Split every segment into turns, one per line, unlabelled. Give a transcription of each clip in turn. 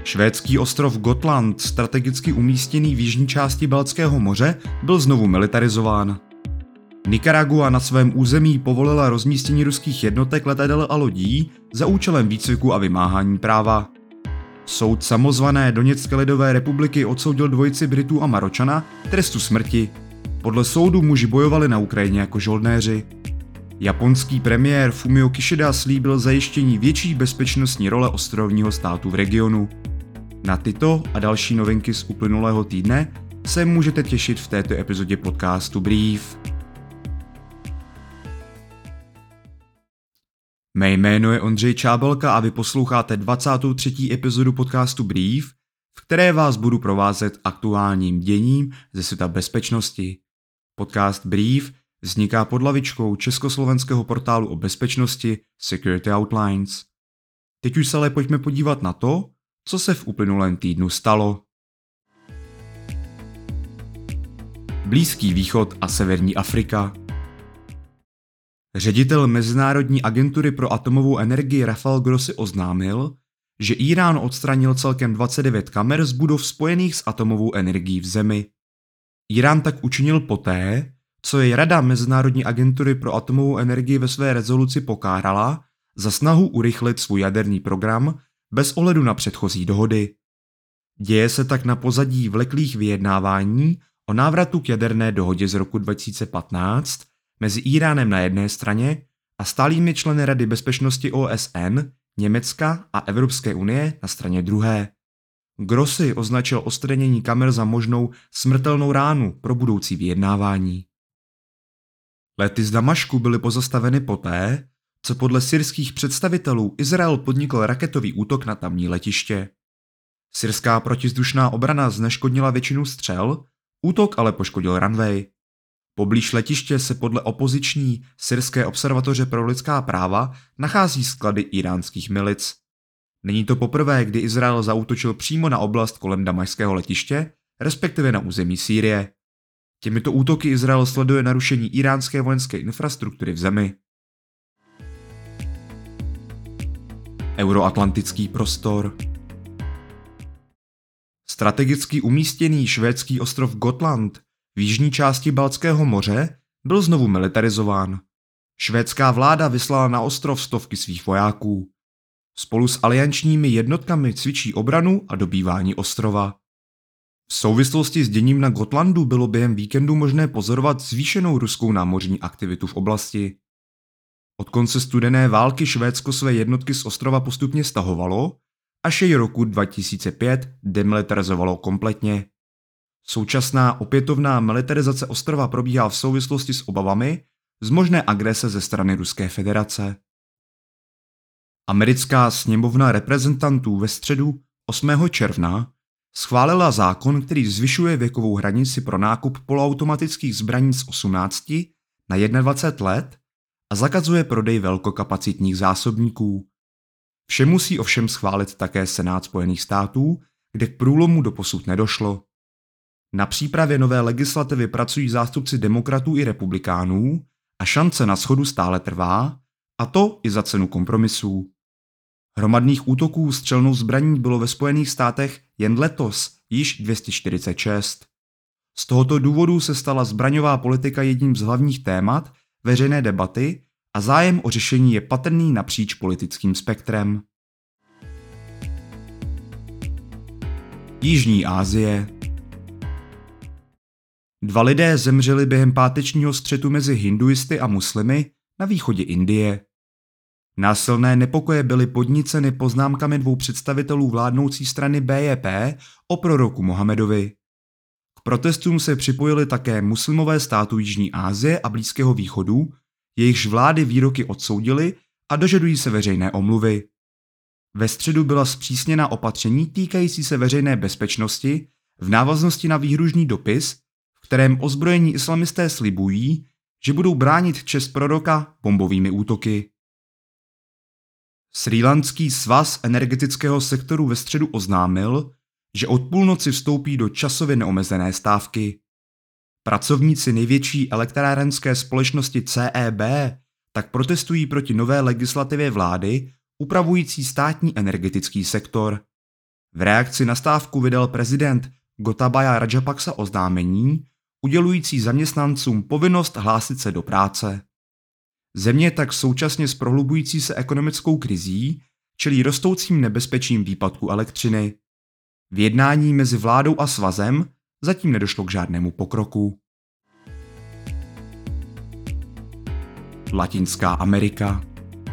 Švédský ostrov Gotland, strategicky umístěný v jižní části Baltského moře, byl znovu militarizován. Nikaragua na svém území povolila rozmístění ruských jednotek, letadel a lodí za účelem výcviku a vymáhání práva. Soud samozvané Doněcké lidové republiky odsoudil dvojici Britů a Maročana k trestu smrti. Podle soudu muži bojovali na Ukrajině jako žoldnéři. Japonský premiér Fumio Kishida slíbil zajištění větší bezpečnostní role ostrovního státu v regionu. Na tyto a další novinky z uplynulého týdne se můžete těšit v této epizodě podcastu Brief. Mé jméno je Ondřej Čábelka a vy posloucháte 23. epizodu podcastu Brief, v které vás budu provázet aktuálním děním ze světa bezpečnosti. Podcast Brief vzniká pod hlavičkou československého portálu o bezpečnosti Security Outlines. Teď už se ale pojďme podívat na to, co se v uplynulém týdnu stalo. Blízký východ a severní Afrika. Ředitel Mezinárodní agentury pro atomovou energii Rafael Grossi oznámil, že Írán odstranil celkem 29 kamer z budov spojených s atomovou energií v zemi. Írán tak učinil poté, co jej Rada Mezinárodní agentury pro atomovou energii ve své rezoluci pokárala za snahu urychlit svůj jaderný program bez ohledu na předchozí dohody. Děje se tak na pozadí vleklých vyjednávání o návratu k jaderné dohodě z roku 2015 mezi Íránem na jedné straně a stálými členy Rady bezpečnosti OSN, Německa a Evropské unie na straně druhé. Grossi označil odstranění kamer za možnou smrtelnou ránu pro budoucí vyjednávání. Lety z Damašku byly pozastaveny poté, co podle syrských představitelů Izrael podnikl raketový útok na tamní letiště. Syrská protizdušná obrana zneškodnila většinu střel, útok ale poškodil runway. Poblíž letiště se podle opoziční syrské observatoře pro lidská práva nachází sklady íránských milic. Není to poprvé, kdy Izrael zaútočil přímo na oblast kolem damašského letiště, respektive na území Sýrie. Těmito útoky Izrael sleduje narušení íránské vojenské infrastruktury v zemi. Euroatlantický prostor. Strategicky umístěný švédský ostrov Gotland v jižní části Baltského moře byl znovu militarizován. Švédská vláda vyslala na ostrov stovky svých vojáků. Spolu s aliančními jednotkami cvičí obranu a dobývání ostrova. V souvislosti s děním na Gotlandu bylo během víkendu možné pozorovat zvýšenou ruskou námořní aktivitu v oblasti. Od konce studené války Švédsko své jednotky z ostrova postupně stahovalo, až jej roku 2005 demilitarizovalo kompletně. Současná opětovná militarizace ostrova probíhá v souvislosti s obavami z možné agrese ze strany Ruské federace. Americká sněmovna reprezentantů ve středu 8. června schválila zákon, který zvyšuje věkovou hranici pro nákup poloautomatických zbraní z 18 na 21 let a zakazuje prodej velkokapacitních zásobníků. Vše musí ovšem schválit také Senát Spojených států, kde k průlomu doposud nedošlo. Na přípravě nové legislativy pracují zástupci demokratů i republikánů a šance na shodu stále trvá, a to i za cenu kompromisů. Hromadných útoků střelnou zbraní bylo ve Spojených státech jen letos již 246. Z tohoto důvodu se stala zbraňová politika jedním z hlavních témat veřejné debaty a zájem o řešení je patrný napříč politickým spektrem. Jižní Asie. 2 lidé zemřeli během pátečního střetu mezi hinduisty a muslimy na východě Indie. Násilné nepokoje byly podníceny poznámkami 2 představitelů vládnoucí strany BJP o proroku Mohamedovi. K protestům se připojili také muslimové států Jižní Asie a Blízkého východu, jejichž vlády výroky odsoudily a dožadují se veřejné omluvy. Ve středu byla zpřísněna opatření týkající se veřejné bezpečnosti v návaznosti na výhružný dopis, v kterém ozbrojení islamisté slibují, že budou bránit čest proroka bombovými útoky. Srílanský svaz energetického sektoru ve středu oznámil, že od půlnoci vstoupí do časově neomezené stávky. Pracovníci největší elektrárenské společnosti CEB tak protestují proti nové legislativě vlády upravující státní energetický sektor. V reakci na stávku vydal prezident Gotabaya Rajapaksa oznámení, udělující zaměstnancům povinnost hlásit se do práce. Země tak současně s prohlubující se ekonomickou krizí čelí rostoucím nebezpečím výpadku elektřiny. V jednání mezi vládou a svazem zatím nedošlo k žádnému pokroku. Latinská Amerika.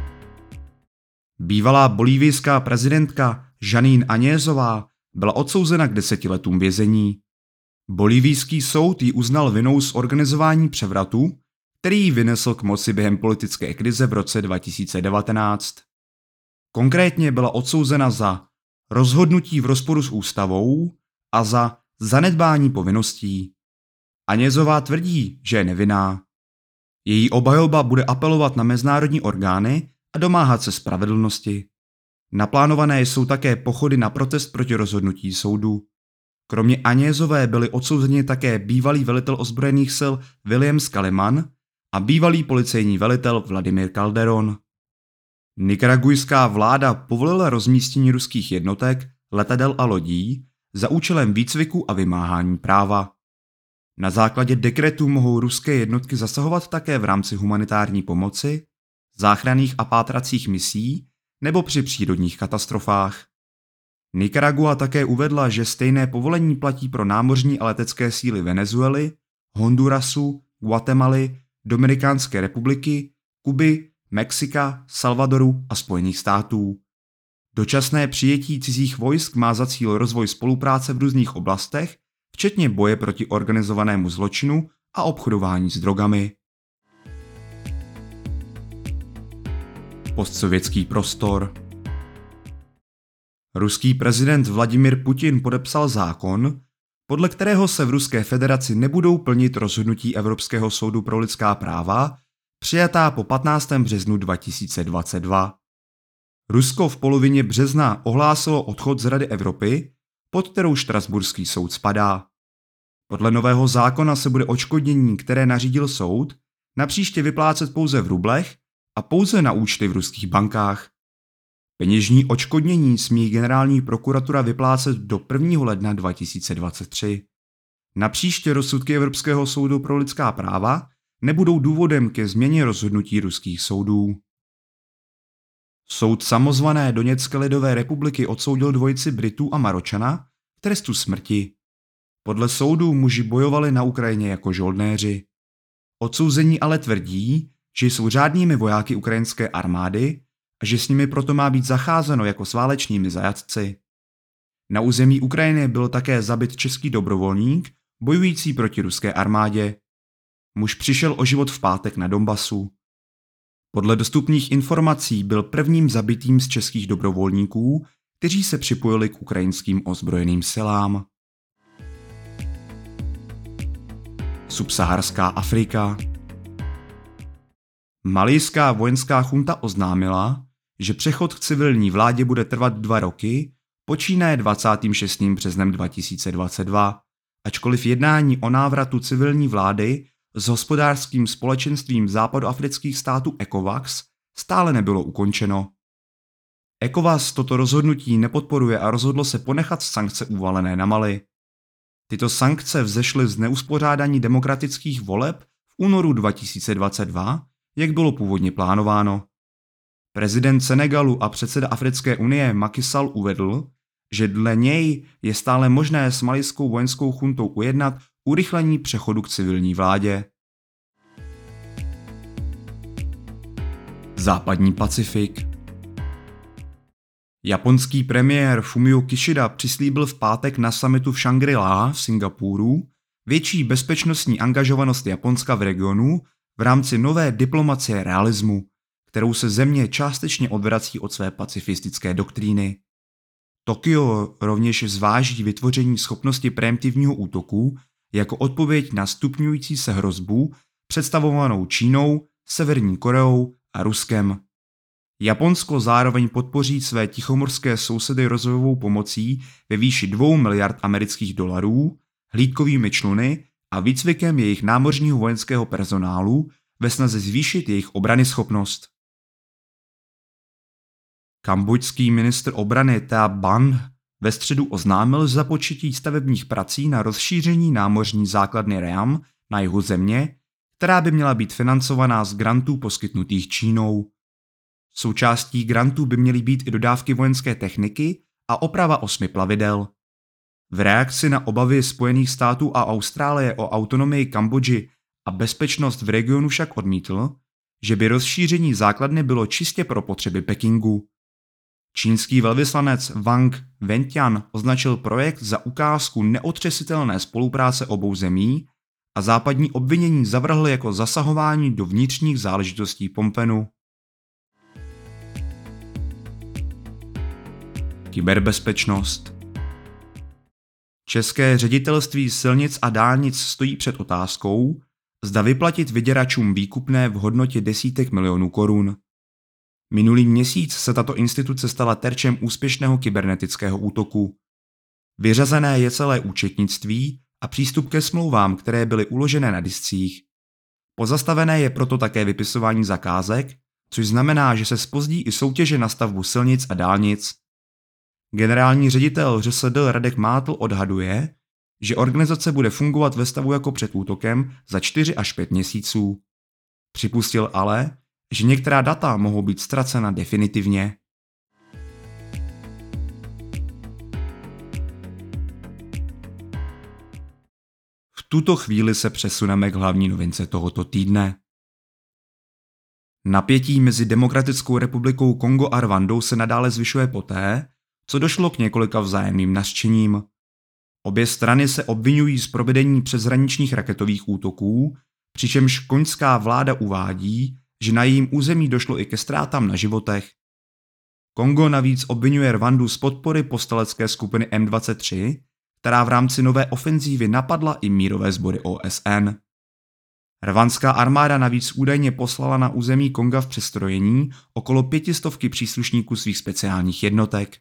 Bývalá bolívijská prezidentka Jeanine Áñezová byla odsouzena k 10 letům vězení. Bolívijský soud ji uznal vinou z organizování převratu, který ji vynesl k moci během politické krize v roce 2019. Konkrétně byla odsouzena za rozhodnutí v rozporu s ústavou a za zanedbání povinností. Áñezová tvrdí, že je nevinná. Její obhajoba bude apelovat na mezinárodní orgány a domáhat se spravedlnosti. Naplánované jsou také pochody na protest proti rozhodnutí soudu. Kromě Áñezové byli odsouzeni také bývalý velitel ozbrojených sil William Scaliman a bývalý policejní velitel Vladimír Calderón. Nikaragujská vláda povolila rozmístění ruských jednotek, letadel a lodí za účelem výcviku a vymáhání práva. Na základě dekretu mohou ruské jednotky zasahovat také v rámci humanitární pomoci, záchranných a pátracích misí nebo při přírodních katastrofách. Nikaragua také uvedla, že stejné povolení platí pro námořní a letecké síly Venezuely, Hondurasu, Guatemaly, Dominikánské republiky, Kuby, Mexika, Salvadoru a Spojených států. Dočasné přijetí cizích vojsk má za cíl rozvoj spolupráce v různých oblastech, včetně boje proti organizovanému zločinu a obchodování s drogami. Postsovětský prostor. Ruský prezident Vladimir Putin podepsal zákon, podle kterého se v Ruské federaci nebudou plnit rozhodnutí Evropského soudu pro lidská práva, přijatá po 15. březnu 2022. Rusko v polovině března ohlásilo odchod z Rady Evropy, pod kterou Štrasburský soud spadá. Podle nového zákona se bude odškodnění, které nařídil soud, napříště vyplácet pouze v rublech a pouze na účty v ruských bankách. Peněžní odškodnění smí generální prokuratura vyplácet do 1. ledna 2023. Napříště rozsudky Evropského soudu pro lidská práva nebudou důvodem ke změně rozhodnutí ruských soudů. Soud samozvané Doněcké lidové republiky odsoudil dvojici Britů a Maročana k trestu smrti. Podle soudu muži bojovali na Ukrajině jako žoldnéři. Odsouzení ale tvrdí, že jsou řádnými vojáky ukrajinské armády a že s nimi proto má být zacházeno jako s válečnými zajatci. Na území Ukrajiny byl také zabit český dobrovolník, bojující proti ruské armádě. Muž přišel o život v pátek na Donbasu. Podle dostupných informací byl prvním zabitým z českých dobrovolníků, kteří se připojili k ukrajinským ozbrojeným silám. Subsaharská Afrika. Malijská vojenská chunta oznámila, že přechod k civilní vládě bude trvat 2 roky, počínaje 26. březnem 2022, ačkoliv jednání o návratu civilní vlády s hospodářským společenstvím západoafrických států ECOWAS stále nebylo ukončeno. ECOWAS toto rozhodnutí nepodporuje a rozhodlo se ponechat sankce uvalené na Mali. Tyto sankce vzešly z neuspořádání demokratických voleb v únoru 2022, jak bylo původně plánováno. Prezident Senegalu a předseda Africké unie Macky Sall uvedl, že dle něj je stále možné s malijskou vojenskou chuntou ujednat urychlení přechodu k civilní vládě. Západní Pacifik. Japonský premiér Fumio Kishida přislíbil v pátek na summitu v Shangri-La v Singapuru větší bezpečnostní angažovanost Japonska v regionu v rámci nové diplomacie realismu, kterou se země částečně odvrací od své pacifistické doktríny. Tokio rovněž zváží vytvoření schopnosti preemptivního útoku jako odpověď na stupňující se hrozbu představovanou Čínou, Severní Koreou a Ruskem. Japonsko zároveň podpoří své tichomorské sousedy rozvojovou pomocí ve výši 2 miliard amerických dolarů, hlídkovými čluny a výcvikem jejich námořního vojenského personálu ve snaze zvýšit jejich obranyschopnost. Kambodžský ministr obrany Thep Ban ve středu oznámil započetí stavebních prací na rozšíření námořní základny Ream na jihu země, která by měla být financovaná z grantů poskytnutých Čínou. Součástí grantů by měly být i dodávky vojenské techniky a oprava 8 plavidel. V reakci na obavy Spojených států a Austrálie o autonomii Kambodži a bezpečnost v regionu však odmítl, že by rozšíření základny bylo čistě pro potřeby Pekingu. Čínský velvyslanec Wang Wentian označil projekt za ukázku neotřesitelné spolupráce obou zemí a západní obvinění zavrhl jako zasahování do vnitřních záležitostí Phnom. Kyberbezpečnost. České ředitelství silnic a dálnic stojí před otázkou, zda vyplatit vyděračům výkupné v hodnotě desítek milionů korun. Minulý měsíc se tato instituce stala terčem úspěšného kybernetického útoku. Vyřazené je celé účetnictví a přístup ke smlouvám, které byly uložené na discích. Pozastavené je proto také vypisování zakázek, což znamená, že se zpozdí i soutěže na stavbu silnic a dálnic. Generální ředitel ŘSD Radek Mátl odhaduje, že organizace bude fungovat ve stavu jako před útokem za 4 až 5 měsíců. Připustil ale, že některá data mohou být ztracena definitivně. V tuto chvíli se přesuneme k hlavní novince tohoto týdne. Napětí mezi Demokratickou republikou Kongo a Rwandou se nadále zvyšuje poté, co došlo k několika vzájemným nařčením. Obě strany se obvinují z provedení přeshraničních raketových útoků, přičemž konžská vláda uvádí, že na jejím území došlo i ke ztrátám na životech. Kongo navíc obvinuje Rwandu z podpory povstalecké skupiny M23, která v rámci nové ofenzívy napadla i mírové sbory OSN. Rwandská armáda navíc údajně poslala na území Konga v přestrojení okolo 500 příslušníků svých speciálních jednotek.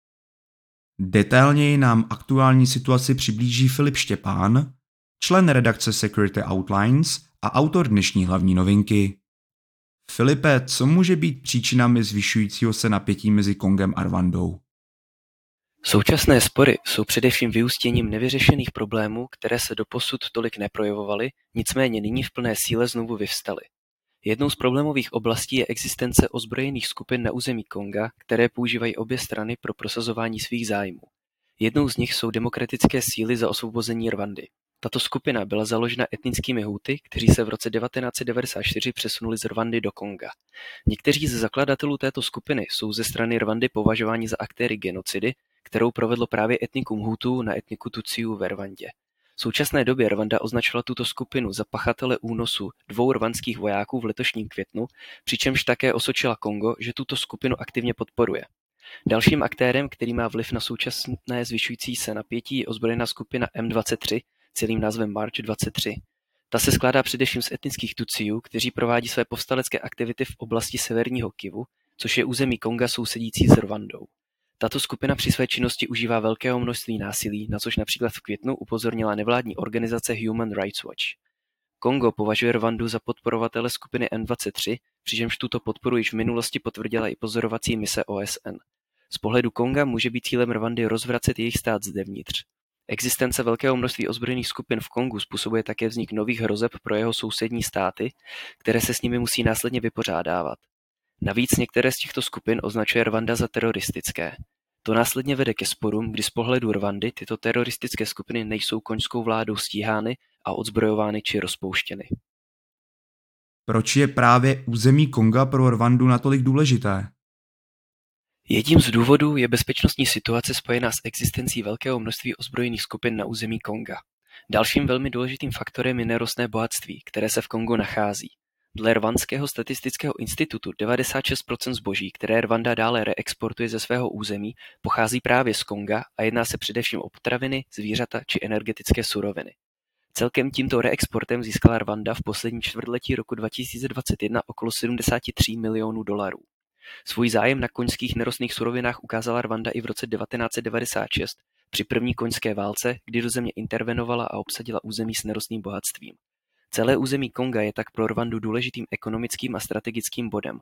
Detailněji nám aktuální situaci přiblíží Filip Štěpán, člen redakce Security Outlines a autor dnešní hlavní novinky. Filipe, co může být příčinami zvyšujícího se napětí mezi Kongem a Rwandou?
Současné spory jsou především vyústěním nevyřešených problémů, které se doposud tolik neprojevovaly, nicméně nyní v plné síle znovu vyvstaly. Jednou z problémových oblastí je existence ozbrojených skupin na území Konga, které používají obě strany pro prosazování svých zájmů. Jednou z nich jsou demokratické síly za osvobození Rwandy. Tato skupina byla založena etnickými Huty, kteří se v roce 1994 přesunuli z Rwandy do Konga. Někteří ze zakladatelů této skupiny jsou ze strany Rwandy považováni za aktéry genocidy, kterou provedlo právě etnikum Hutů na etniku Tutsiů ve Rwandě. V současné době Rwanda označila tuto skupinu za pachatele únosu 2 rwandských vojáků v letošním květnu, přičemž také osočila Kongo, že tuto skupinu aktivně podporuje. Dalším aktérem, který má vliv na současné zvyšující se napětí, je ozbrojená skupina M23, celým názvem March 23. Ta se skládá především z etnických Tutsiů, kteří provádí své povstalecké aktivity v oblasti severního Kivu, což je území Konga sousedící s Rwandou. Tato skupina při své činnosti užívá velkého množství násilí, na což například v květnu upozornila nevládní organizace Human Rights Watch. Kongo považuje Rwandu za podporovatele skupiny M23, přičemž tuto podporu již v minulosti potvrdila i pozorovací mise OSN. Z pohledu Konga může být cílem Rwandy rozvracet jejich stát zevnitř. Existence velkého množství ozbrojených skupin v Kongu způsobuje také vznik nových hrozeb pro jeho sousední státy, které se s nimi musí následně vypořádávat. Navíc některé z těchto skupin označuje Rwanda za teroristické. To následně vede ke sporům, kdy z pohledu Rwandy tyto teroristické skupiny nejsou konžskou vládou stíhány a odzbrojovány či rozpouštěny.
Proč je právě území Konga pro Rwandu natolik důležité?
Jedním z důvodů je bezpečnostní situace spojená s existencí velkého množství ozbrojených skupin na území Konga. Dalším velmi důležitým faktorem je nerostné bohatství, které se v Kongu nachází. Dle Rwandského statistického institutu 96% zboží, které Rwanda dále reexportuje ze svého území, pochází právě z Konga a jedná se především o potraviny, zvířata či energetické suroviny. Celkem tímto reexportem získala Rwanda v posledním čtvrtletí roku 2021 okolo $73 milionů. Svůj zájem na koňských nerostných surovinách ukázala Rwanda i v roce 1996 při první koňské válce, kdy do země intervenovala a obsadila území s nerostným bohatstvím. Celé území Konga je tak pro Rwandu důležitým ekonomickým a strategickým bodem.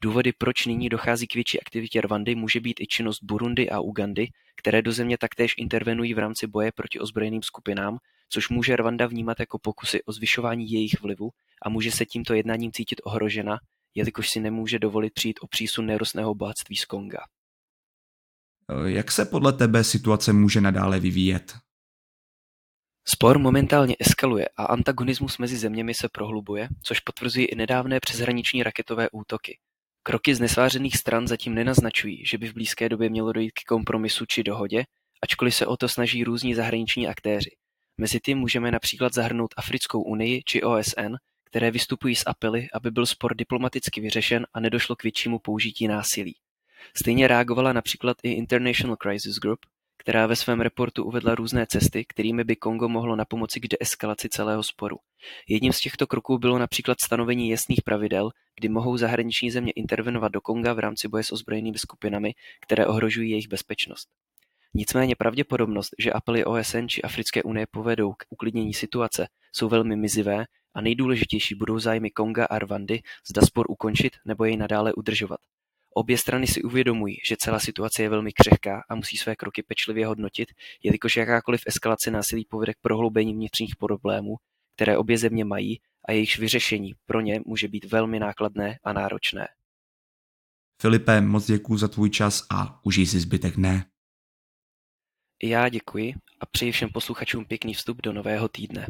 Důvody, proč nyní dochází k větší aktivitě Rwandy, může být i činnost Burundi a Ugandy, které do země taktéž intervenují v rámci boje proti ozbrojeným skupinám, což může Rwanda vnímat jako pokusy o zvyšování jejich vlivu a může se tímto jednáním cítit ohrožena, jelikož si nemůže dovolit přijít o přísun nerostného bohatství z Konga.
Jak se podle tebe situace může nadále vyvíjet?
Spor momentálně eskaluje a antagonismus mezi zeměmi se prohlubuje, což potvrzují i nedávné přeshraniční raketové útoky. Kroky z nesvářených stran zatím nenaznačují, že by v blízké době mělo dojít k kompromisu či dohodě, ačkoliv se o to snaží různí zahraniční aktéři. Mezi tím můžeme například zahrnout Africkou unii či OSN, které vystupují s apely, aby byl spor diplomaticky vyřešen a nedošlo k většímu použití násilí. Stejně reagovala například i International Crisis Group, která ve svém reportu uvedla různé cesty, kterými by Kongo mohlo napomoci k deeskalaci celého sporu. Jedním z těchto kroků bylo například stanovení jasných pravidel, kdy mohou zahraniční země intervenovat do Konga v rámci boje s ozbrojenými skupinami, které ohrožují jejich bezpečnost. Nicméně pravděpodobnost, že apely OSN či Africké unie povedou k uklidnění situace, jsou velmi mizivé a nejdůležitější budou zájmy Konga a Rwandy, zda spor ukončit nebo jej nadále udržovat. Obě strany si uvědomují, že celá situace je velmi křehká a musí své kroky pečlivě hodnotit, jelikož jakákoliv eskalace násilí povede k prohloubení vnitřních problémů, které obě země mají a jejichž vyřešení pro ně může být velmi nákladné a náročné.
Filipe, moc děkuji za tvůj čas a užij si zbytek dne.
I já děkuji a přeji všem posluchačům pěkný vstup do nového týdne.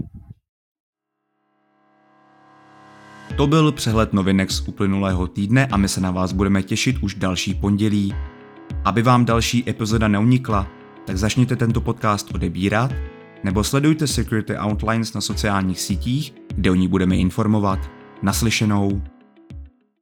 To byl přehled novinek z uplynulého týdne a my se na vás budeme těšit už další pondělí. Aby vám další epizoda neunikla, tak začněte tento podcast odebírat nebo sledujte Security Outlines na sociálních sítích, kde o ní budeme informovat. Naslyšenou.